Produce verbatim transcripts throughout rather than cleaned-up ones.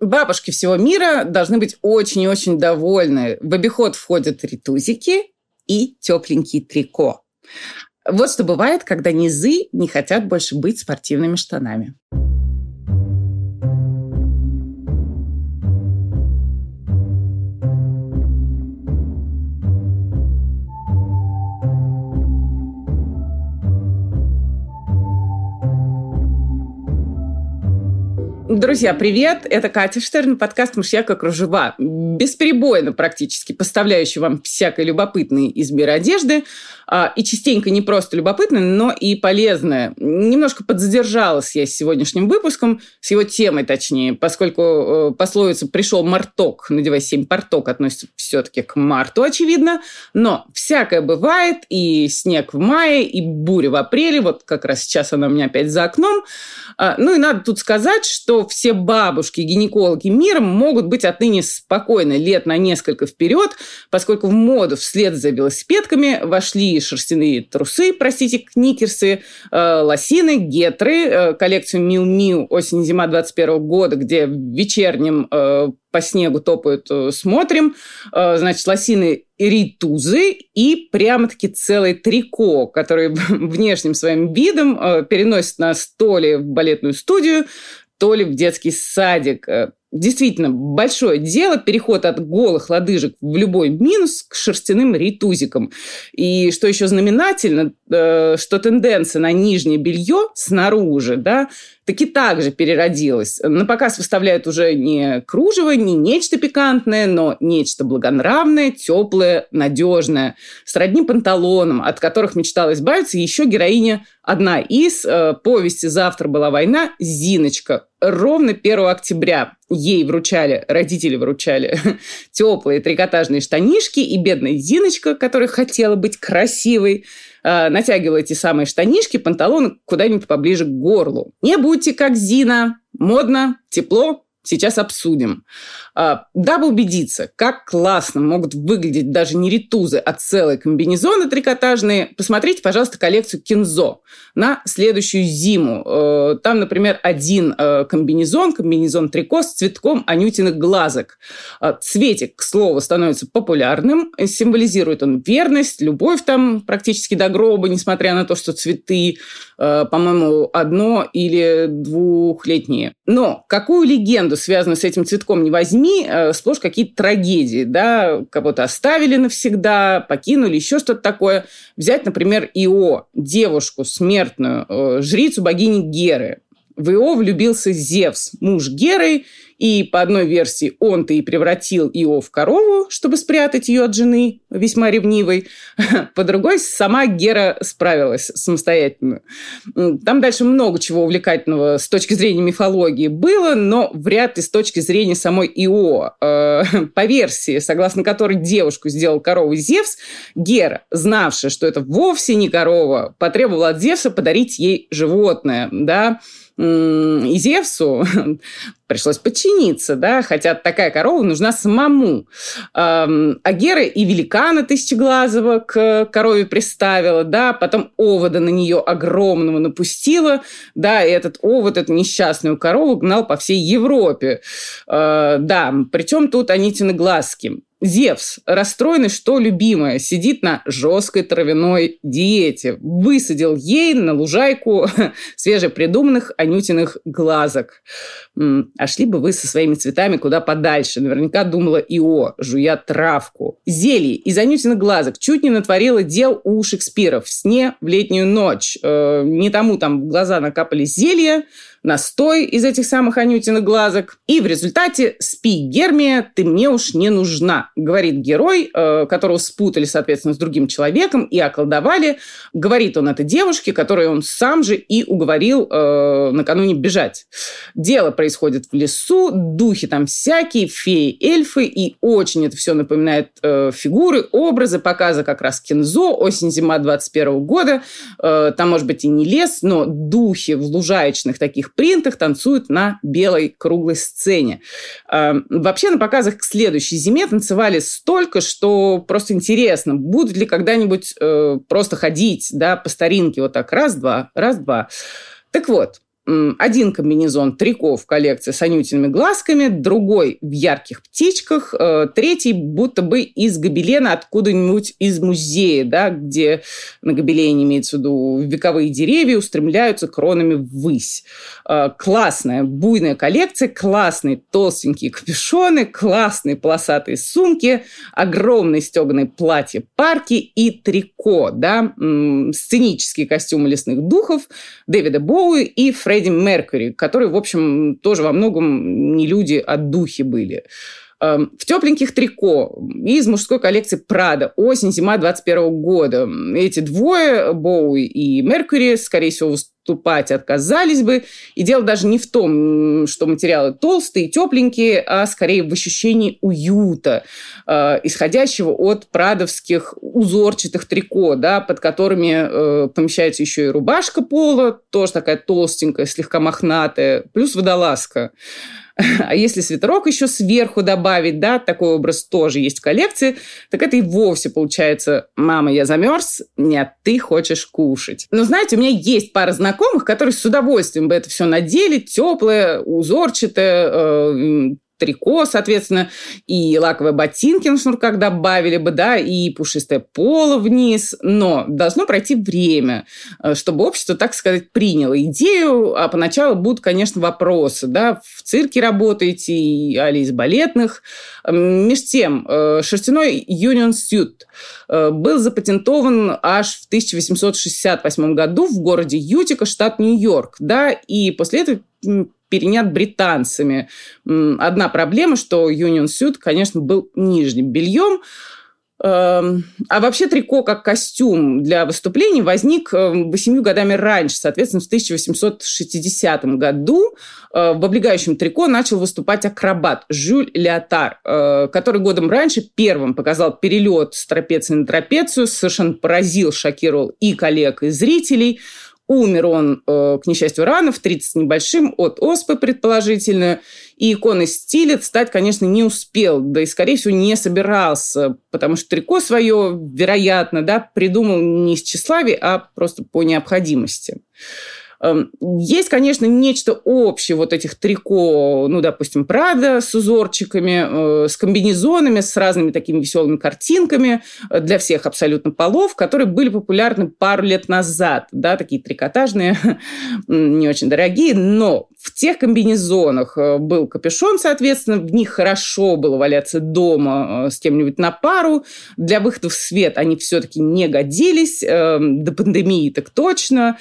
Бабушки всего мира должны быть очень и очень довольны. В обиход входят ритузики и тепленькие трико. Вот что бывает, когда низы не хотят больше быть спортивными штанами. Друзья, привет! Это Катя Штерн, подкаст «Мышьяка кружева». Бесперебойно практически поставляющий вам всякое любопытное из мира одежды. И частенько не просто любопытное, но и полезное. Немножко подзадержалась я с сегодняшним выпуском, с его темой точнее, поскольку пословица «пришел марток, надевай семь порток» относится все-таки к марту, очевидно. Но всякое бывает, и снег в мае, и буря в апреле. Вот как раз сейчас она у меня опять за окном. Ну и надо тут сказать, что все бабушки, гинекологи мира могут быть отныне спокойны лет на несколько вперед, поскольку в моду вслед за велосипедками вошли шерстяные трусы, простите, кникерсы, э, лосины, гетры, э, коллекцию Миу-Миу осень-зима двадцать первого года, где в вечернем э, по снегу топают, э, смотрим, э, значит, лосины ритузы и прямо-таки целое трико, которые внешним своим видом э, переносят нас то ли в балетную студию, то ли в детский садик. Действительно, большое дело, переход от голых лодыжек в любой минус к шерстяным ритузикам. И что еще знаменательно, что тенденция на нижнее белье снаружи, да, таки также переродилась. На показ выставляют уже не кружево, не нечто пикантное, но нечто благонравное, теплое, надежное, сродни панталонам, от которых мечтала избавиться еще героиня одна из э, повести «Завтра была война» Зиночка. Ровно первого октября ей вручали, родители вручали теплые трикотажные штанишки, и бедная Зиночка, которая хотела быть красивой, э, натягивала эти самые штанишки, панталоны куда-нибудь поближе к горлу. Не будьте как Зина, модно, тепло. Сейчас обсудим. Дабы убедиться, как классно могут выглядеть даже не ритузы, а целые комбинезоны трикотажные, посмотрите, пожалуйста, коллекцию Кензо на следующую зиму. Там, например, один комбинезон, комбинезон трико с цветком анютиных глазок. Цветик, к слову, становится популярным. Символизирует он верность, любовь там практически до гроба, несмотря на то, что цветы, по-моему, одно- или двухлетние. Но какую легенду, связанную с этим цветком, не возьми, сплошь какие-то трагедии, да, кого-то оставили навсегда, покинули, еще что-то такое. Взять, например, Ио, девушку смертную, жрицу богини Геры. В Ио влюбился Зевс, муж Геры, и по одной версии он-то и превратил Ио в корову, чтобы спрятать ее от жены, весьма ревнивой. По другой, сама Гера справилась самостоятельно. Там дальше много чего увлекательного с точки зрения мифологии было, но вряд ли с точки зрения самой Ио. По версии, согласно которой девушку сделал коровой Зевс, Гера, знавшая, что это вовсе не корова, потребовала от Зевса подарить ей животное, да. И Зевсу пришлось подчиниться, да, хотя такая корова нужна самому. А Гера и великана тысячеглазого к корове приставила, да, потом овода на нее огромного напустила, да, и этот овод, эту несчастную корову гнал по всей Европе. Да, причем тут анютины глазки. Зевс, расстроенный, что любимая, сидит на жесткой травяной диете. Высадил ей на лужайку свежепридуманных анютиных глазок. А шли бы вы со своими цветами куда подальше. Наверняка думала Ио, жуя травку. Зелье из анютиных глазок чуть не натворило дел у Шекспира в сне в летнюю ночь. Не тому там в глаза накапали зелья, настой из этих самых анютиных глазок. И в результате «Спи, Гермия, ты мне уж не нужна», говорит герой, которого спутали, соответственно, с другим человеком и околдовали. Говорит он это девушке, которую он сам же и уговорил э, накануне бежать. Дело происходит в лесу, духи там всякие, феи, эльфы, и очень это все напоминает э, фигуры, образы, показы как раз Кензо, осень-зима двадцать первого года. Э, там, может быть, и не лес, но духи в лужаечных таких принтах танцуют на белой круглой сцене. Э, вообще на показах к следующей зиме танцевали столько, что просто интересно, будут ли когда-нибудь э, просто ходить, да, по старинке вот так раз-два, раз-два. Так вот, Один комбинезон трико в коллекции с анютиными глазками, другой в ярких птичках, третий будто бы из гобелена откуда-нибудь из музея, да, где на гобелене имеется в виду вековые деревья устремляются кронами ввысь. Классная, буйная коллекция, классные толстенькие капюшоны, классные полосатые сумки, огромные стеганые платья-парки и трико, да, сценические костюмы лесных духов Дэвида Боуи и Фредди Меркьюри, которые, в общем, тоже во многом не люди, а духи были. В тепленьких трико из мужской коллекции Прада осень-зима двадцать первого года. Эти двое, Боуи и Меркьюри, скорее всего, выступать отказались бы. И дело даже не в том, что материалы толстые, тепленькие, а скорее в ощущении уюта, исходящего от прадовских узорчатых трико, да, под которыми помещается еще и рубашка пола, тоже такая толстенькая, слегка мохнатая, плюс водолазка. А если свитерок еще сверху добавить, да, такой образ тоже есть в коллекции, так это и вовсе получается: «Мама, я замерз, нет, ты хочешь кушать». Но знаете, у меня есть пара знакомых, которые с удовольствием бы это все надели, теплое, узорчатое, э, трико, соответственно, и лаковые ботинки на шнурках добавили бы, да, и пушистое поло вниз. Но должно пройти время, чтобы общество, так сказать, приняло идею, а поначалу будут, конечно, вопросы, да, в цирке работаете, али из балетных. Между тем, шерстяной Union Suit был запатентован аж в тысяча восемьсот шестьдесят восьмом году в городе Ютика, штат Нью-Йорк, да, и после этого перенят британцами. Одна проблема, что Union Suit, конечно, был нижним бельем. А вообще трико как костюм для выступлений возник восемью годами раньше, соответственно, в тысяча восемьсот шестидесятом году в облегающем трико начал выступать акробат Жюль Леотар, который годом раньше первым показал перелет с трапеции на трапецию, совершенно поразил, шокировал и коллег, и зрителей. Умер он, к несчастью, рано, в тридцать небольшим, от оспы, предположительно. И иконой стиля стать, конечно, не успел, да и, скорее всего, не собирался, потому что трико свое, вероятно, да, придумал не из тщеславия, а просто по необходимости. Есть, конечно, нечто общее вот этих трико, ну, допустим, Прада с узорчиками, с комбинезонами, с разными такими веселыми картинками для всех абсолютно полов, которые были популярны пару лет назад, да, такие трикотажные, не очень дорогие, но в тех комбинезонах был капюшон, соответственно, в них хорошо было валяться дома с кем-нибудь на пару. Для выхода в свет они все-таки не годились, до пандемии так точно.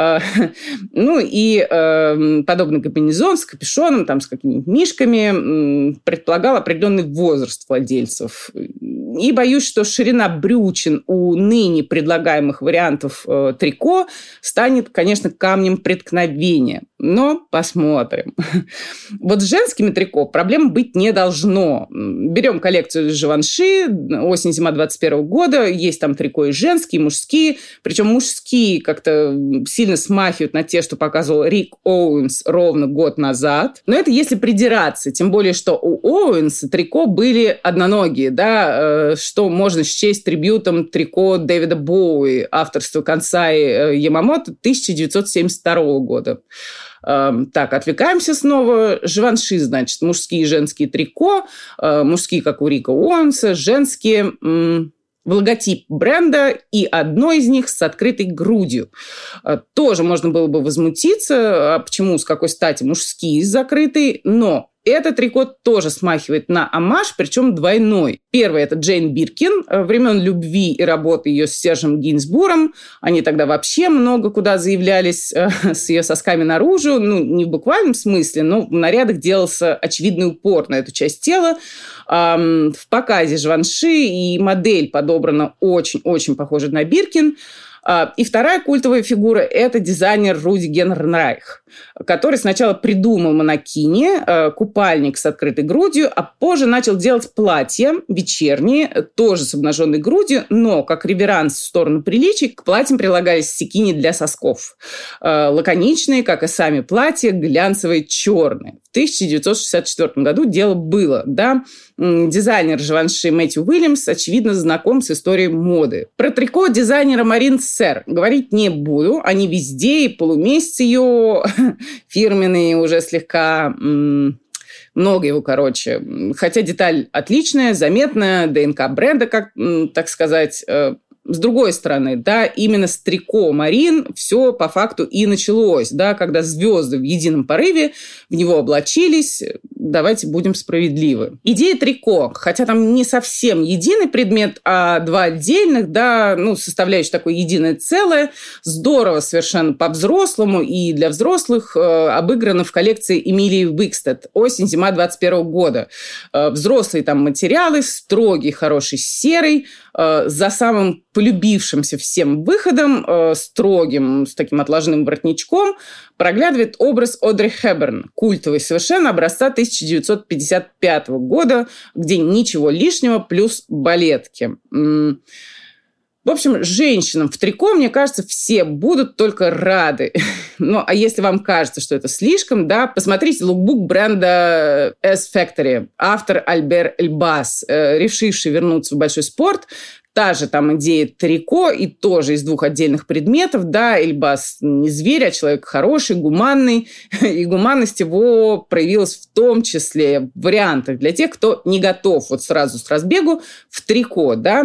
Ну и подобный комбинезон с капюшоном, там, с какими-нибудь мишками предполагал определенный возраст владельцев. И боюсь, что ширина брючин у ныне предлагаемых вариантов трико станет, конечно, камнем преткновения. Но посмотрим. Вот с женскими трико проблем быть не должно. Берем коллекцию Живанши, осень-зима двадцать первого года. Есть там трико и женские, и мужские. Причем мужские как-то сильно смахивают на те, что показывал Рик Оуэнс ровно год назад. Но это если придираться. Тем более, что у Оуэнса трико были одноногие, да, что можно счесть трибьютом трико Дэвида Боуи, авторства Кансай Ямамото тысяча девятьсот семьдесят второго года. Так, отвлекаемся снова. Живанши, значит, мужские и женские трико. Мужские, как у Рика Оуэнса, женские в логотип бренда, и одно из них с открытой грудью. Тоже можно было бы возмутиться, а почему, с какой стати мужские с закрытой, но это трико тоже смахивает на оммаж, причем двойной. Первый – это Джейн Биркин, времен любви и работы ее с Сержем Гинзбуром. Они тогда вообще много куда заявлялись с ее сосками наружу. Ну, не в буквальном смысле, но в нарядах делался очевидный упор на эту часть тела. В показе Живанши и модель подобрана очень-очень похожа на Биркин. И вторая культовая фигура – это дизайнер Руди Генренрайх, который сначала придумал монокини, купальник с открытой грудью, а позже начал делать платья вечерние, тоже с обнаженной грудью, но как реверанс в сторону приличий к платьям прилагались стекини для сосков. Лаконичные, как и сами платья, глянцевые, черные. В тысяча девятьсот шестьдесят четвёртом году дело было, да. Дизайнер Живанши Мэтью Уильямс, очевидно, знаком с историей моды. Про трико дизайнера Марин Сер говорить не буду. Они везде, и полумесяц ее фирменные, уже слегка... М- много его, короче. Хотя деталь отличная, заметная, ДНК бренда, как, так сказать... С другой стороны, да, именно с трико Марин все по факту и началось, да, когда звезды в едином порыве в него облачились. Давайте будем справедливы. Идея трико, хотя там не совсем единый предмет, а два отдельных, да, ну, составляющие такое единое целое, здорово совершенно по-взрослому и для взрослых э, обыграно в коллекции Эмилии Уикстед «Осень-зима двадцать первого года». Э, взрослые там материалы, строгий, хороший серый, э, за самым полюбившимся всем выходом, э, строгим, с таким отложным воротничком, проглядывает образ Одри Хепберн, культовый совершенно, образца тысяча девятьсот пятьдесят пятого года, где ничего лишнего, плюс балетки. М- В общем, женщинам в трико, мне кажется, все будут только рады. Ну, а если вам кажется, что это слишком, да, посмотрите лукбук бренда S-Factory, автор Альбер Эльбас, э, решивший вернуться в большой спорт. Та же там идея трико, и тоже из двух отдельных предметов. Да, Эльбас не зверь, а человек хороший, гуманный. И гуманность его проявилась в том числе в вариантах для тех, кто не готов вот сразу с разбегу в трико, да,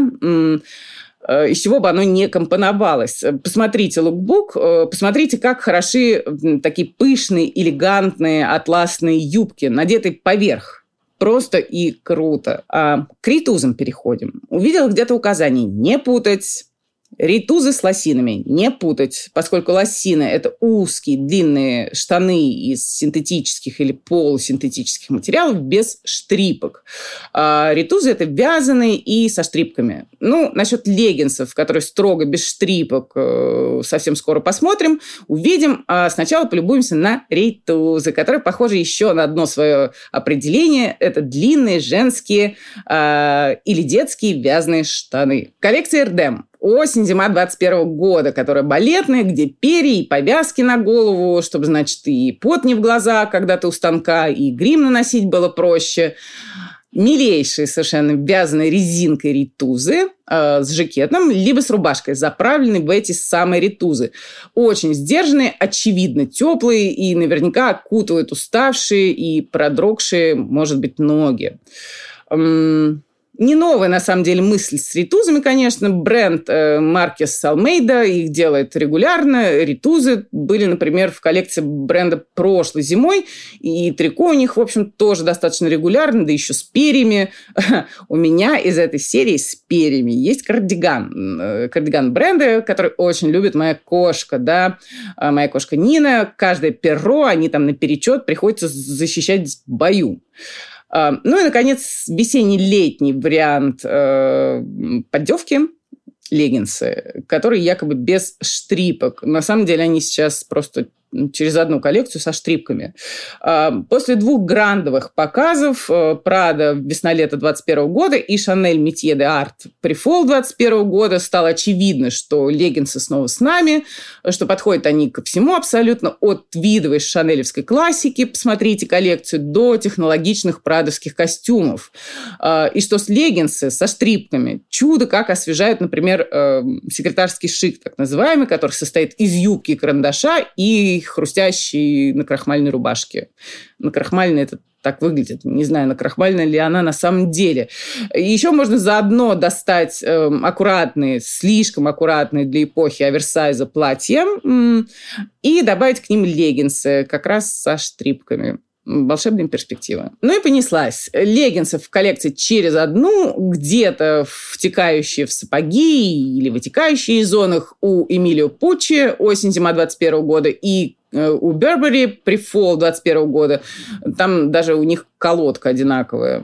из чего бы оно не компоновалось. Посмотрите лукбук, посмотрите, как хороши такие пышные, элегантные атласные юбки, надетые поверх. Просто и круто. А к ритузам переходим. Увидела где-то указание не путать. Ритузы с лосинами не путать, поскольку лосины – это узкие, длинные штаны из синтетических или полусинтетических материалов без штрипок. А ритузы – это вязаные и со штрипками. Ну, насчет леггинсов, которые строго без штрипок, совсем скоро посмотрим, увидим. А сначала полюбуемся на ритузы, которые похожи еще на одно свое определение. Это длинные женские а, или детские вязаные штаны. Коллекция Эрдем. Осень-зима двадцать первого года, которая балетная, где перья и повязки на голову, чтобы, значит, и пот не в глаза, когда ты у станка, и грим наносить было проще. Милейшие совершенно вязаные резинкой ритузы э, с жакетом, либо с рубашкой, заправленной в эти самые ритузы. Очень сдержанные, очевидно теплые и наверняка окутывают уставшие и продрогшие, может быть, ноги. Эм... Не новая, на самом деле, мысль с ритузами, конечно. Бренд э, Маркес Алмейда их делает регулярно. Ритузы были, например, в коллекции бренда прошлой зимой. И трико у них, в общем, тоже достаточно регулярно, да еще с перьями. У меня из этой серии с перьями есть кардиган. Кардиган бренда, который очень любит моя кошка, да. Моя кошка Нина. Каждое перо, они там наперечет приходится защищать в бою. Ну и, наконец, весенне-летний вариант э, поддевки, леггинсы, которые якобы без штрипок. На самом деле они сейчас просто через одну коллекцию со штрипками. После двух грандовых показов Prada весна-лето двадцать первого года и Chanel Métier d'Art Pre-Fall двадцать первого года стало очевидно, что леггинсы снова с нами, что подходят они ко всему абсолютно, от твидовой шанелевской классики, посмотрите коллекцию, до технологичных прадовских костюмов. И что с леггинсы со штрипками чудо как освежают, например, секретарский шик, так называемый, который состоит из юбки и карандаша и хрустящей накрахмальной рубашки. Накрахмальная – это так выглядит. Не знаю, накрахмальная ли она на самом деле. Еще можно заодно достать э, аккуратные, слишком аккуратные для эпохи оверсайза платья э, и добавить к ним леггинсы, как раз со штрипками. Волшебная перспектива. Ну и понеслась. Леггинсы в коллекции через одну, где-то втекающие в сапоги или вытекающие из зонах у Эмилио Пуччи осень-зима двадцать первого года и у Burberry Pre-Fall двадцать первого года. Там даже у них колодка одинаковая.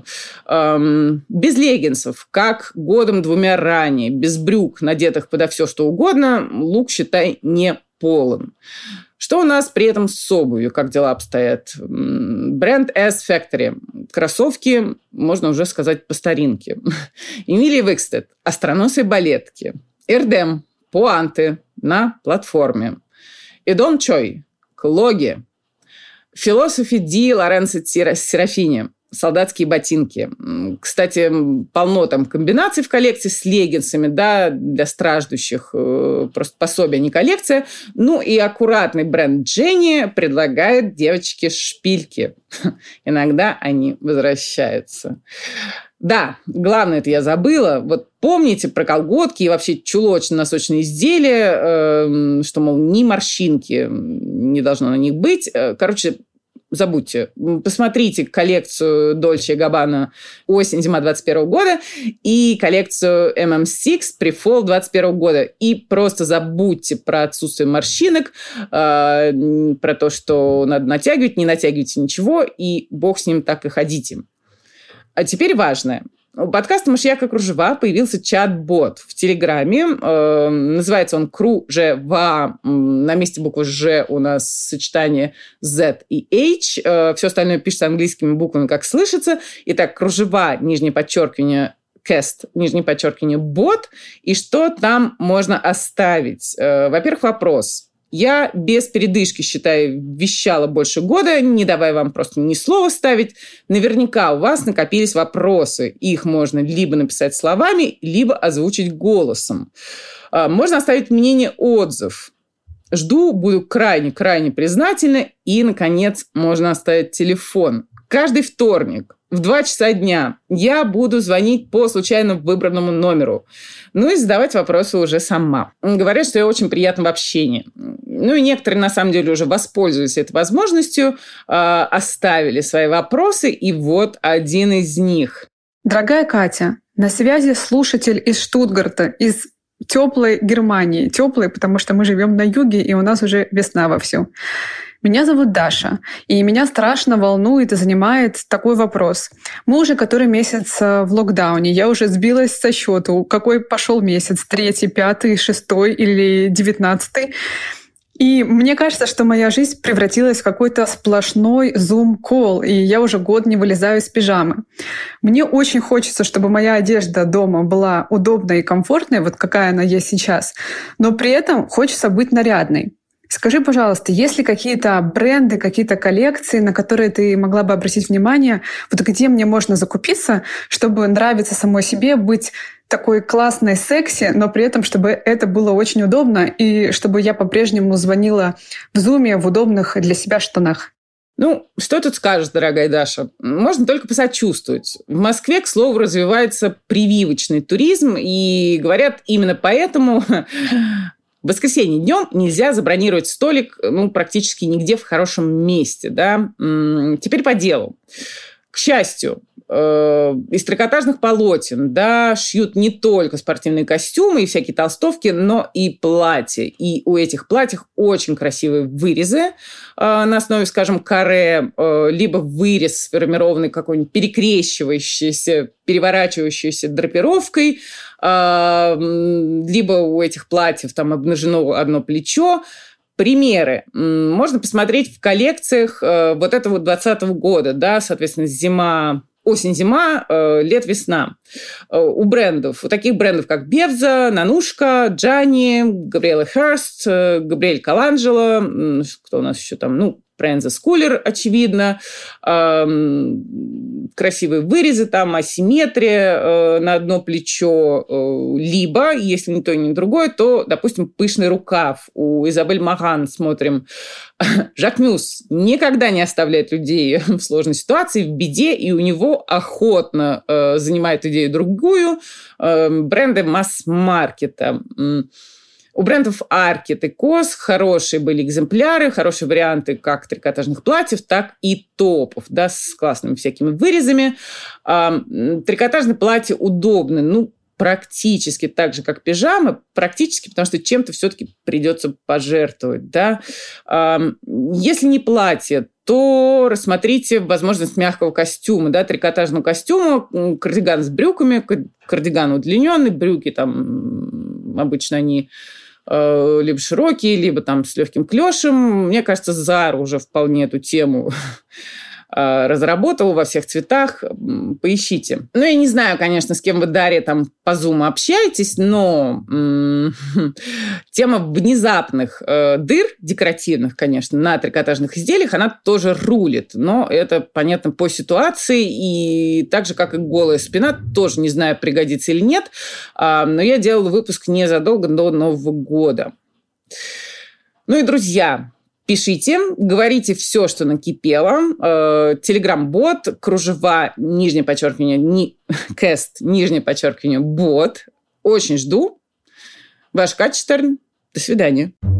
Эм, без леггинсов, как годом двумя ранее, без брюк, надетых подо все что угодно, лук, считай, не полон. Что у нас при этом с обувью? Как дела обстоят? Бренд S-Factory. Кроссовки, можно уже сказать, по старинке. Эмилия Уикстед. Остроносые балетки. Эрдем. Пуанты на платформе. Эдон Чой. Клоги. Philosophy Ди Лоренцо Серафини. Солдатские ботинки. Кстати, полно там комбинаций в коллекции с леггинсами, да, для страждущих. Просто пособие, не коллекция. Ну и аккуратный бренд Jenny предлагает девочке шпильки. Иногда они возвращаются. Да, главное, это я забыла. Вот помните про колготки и вообще чулочно-носочные изделия, что, мол, ни морщинки не должно на них быть. Короче, забудьте. Посмотрите коллекцию Dolce энд Gabbana осень-зима двадцать первого года и коллекцию эм эм шесть Pre-Fall двадцать первого года. И просто забудьте про отсутствие морщинок, э, про то, что надо натягивать, не натягивайте ничего, и бог с ним, так и ходите. А теперь важное. У подкаста «Мышьяк и кружева» появился чат-бот в Телеграме. Э, называется он Кружева. На месте буквы «Ж» у нас сочетание Z и H. Э, все остальное пишется английскими буквами, как слышится. Итак, кружева, нижнее подчеркивание, cast, нижнее подчеркивание, бот. И что там можно оставить? Э, во-первых, вопрос. Я без передышки, считай, вещала больше года, не давая вам просто ни слова ставить. Наверняка у вас накопились вопросы. Их можно либо написать словами, либо озвучить голосом. Можно оставить мнение, отзыв. Жду, буду крайне-крайне признательна. И, наконец, можно оставить телефон. Каждый вторник в два часа дня я буду звонить по случайно выбранному номеру. Ну и задавать вопросы уже сама. Говорят, что я очень приятна в общении. Ну и некоторые, на самом деле, уже воспользовались этой возможностью, э, оставили свои вопросы, и вот один из них. Дорогая Катя, на связи слушатель из Штутгарта, из теплой Германии. Теплой, потому что мы живем на юге, и у нас уже весна вовсю. Меня зовут Даша, и меня страшно волнует и занимает такой вопрос. Мы уже который месяц в локдауне, я уже сбилась со счету, какой пошел месяц, третий, пятый, шестой или девятнадцатый. И мне кажется, что моя жизнь превратилась в какой-то сплошной зум-колл, и я уже год не вылезаю из пижамы. Мне очень хочется, чтобы моя одежда дома была удобной и комфортной, вот какая она есть сейчас, но при этом хочется быть нарядной. Скажи, пожалуйста, есть ли какие-то бренды, какие-то коллекции, на которые ты могла бы обратить внимание, вот где мне можно закупиться, чтобы нравиться самой себе, быть такой классной, секси, но при этом, чтобы это было очень удобно и чтобы я по-прежнему звонила в зуме в удобных для себя штанах? Ну, что тут скажешь, дорогая Даша? Можно только посочувствовать. В Москве, к слову, развивается прививочный туризм, и говорят, именно поэтому в воскресенье днем нельзя забронировать столик, ну, практически нигде в хорошем месте, да. Теперь по делу. К счастью, из трикотажных полотен, да, шьют не только спортивные костюмы и всякие толстовки, но и платья. И у этих платьев очень красивые вырезы на основе, скажем, каре, либо вырез, сформированный какой-нибудь перекрещивающийся, переворачивающейся драпировкой, либо у этих платьев там обнажено одно плечо. Примеры. Можно посмотреть в коллекциях вот этого двадцатого года, да, соответственно, зима, осень-зима, лет-весна. У брендов, у таких брендов, как Бевза, Нанушка, Джани, Габриэла Херст, Габриэль Коланджело, кто у нас еще там, ну, Пренза Скулер, очевидно, красивые вырезы, там асимметрия на одно плечо, либо, если не то, ни другое, то, допустим, пышный рукав. У Изабель Маран смотрим. Жак Мюс никогда не оставляет людей в сложной ситуации, в беде, и у него охотно занимает идею другую. Бренды масс-маркета. У брендов Аркет и Кос хорошие были экземпляры, хорошие варианты как трикотажных платьев, так и топов, да, с классными всякими вырезами. Трикотажные платья удобны, ну, практически так же, как пижамы, практически, потому что чем-то все-таки придется пожертвовать, да. Если не платье, то рассмотрите возможность мягкого костюма, да, трикотажного костюма, кардиган с брюками, кардиган удлиненный, брюки там обычно они либо широкие, либо там с легким клешем. Мне кажется, Zara уже вполне эту тему разработал во всех цветах. Поищите. Ну, я не знаю, конечно, с кем вы, Дарья, там по Zoom общаетесь, но м- тема внезапных э, дыр декоративных, конечно, на трикотажных изделиях, она тоже рулит. Но это, понятно, по ситуации. И так же, как и голая спина, тоже не знаю, пригодится или нет. А, но я делала выпуск незадолго до Нового года. Ну и, друзья, пишите, говорите все, что накипело. Телеграм-бот, кружева, нижнее подчеркивание, ни, кэст, нижнее подчеркивание, бот. Очень жду. Ваш Катя Штерн. До свидания.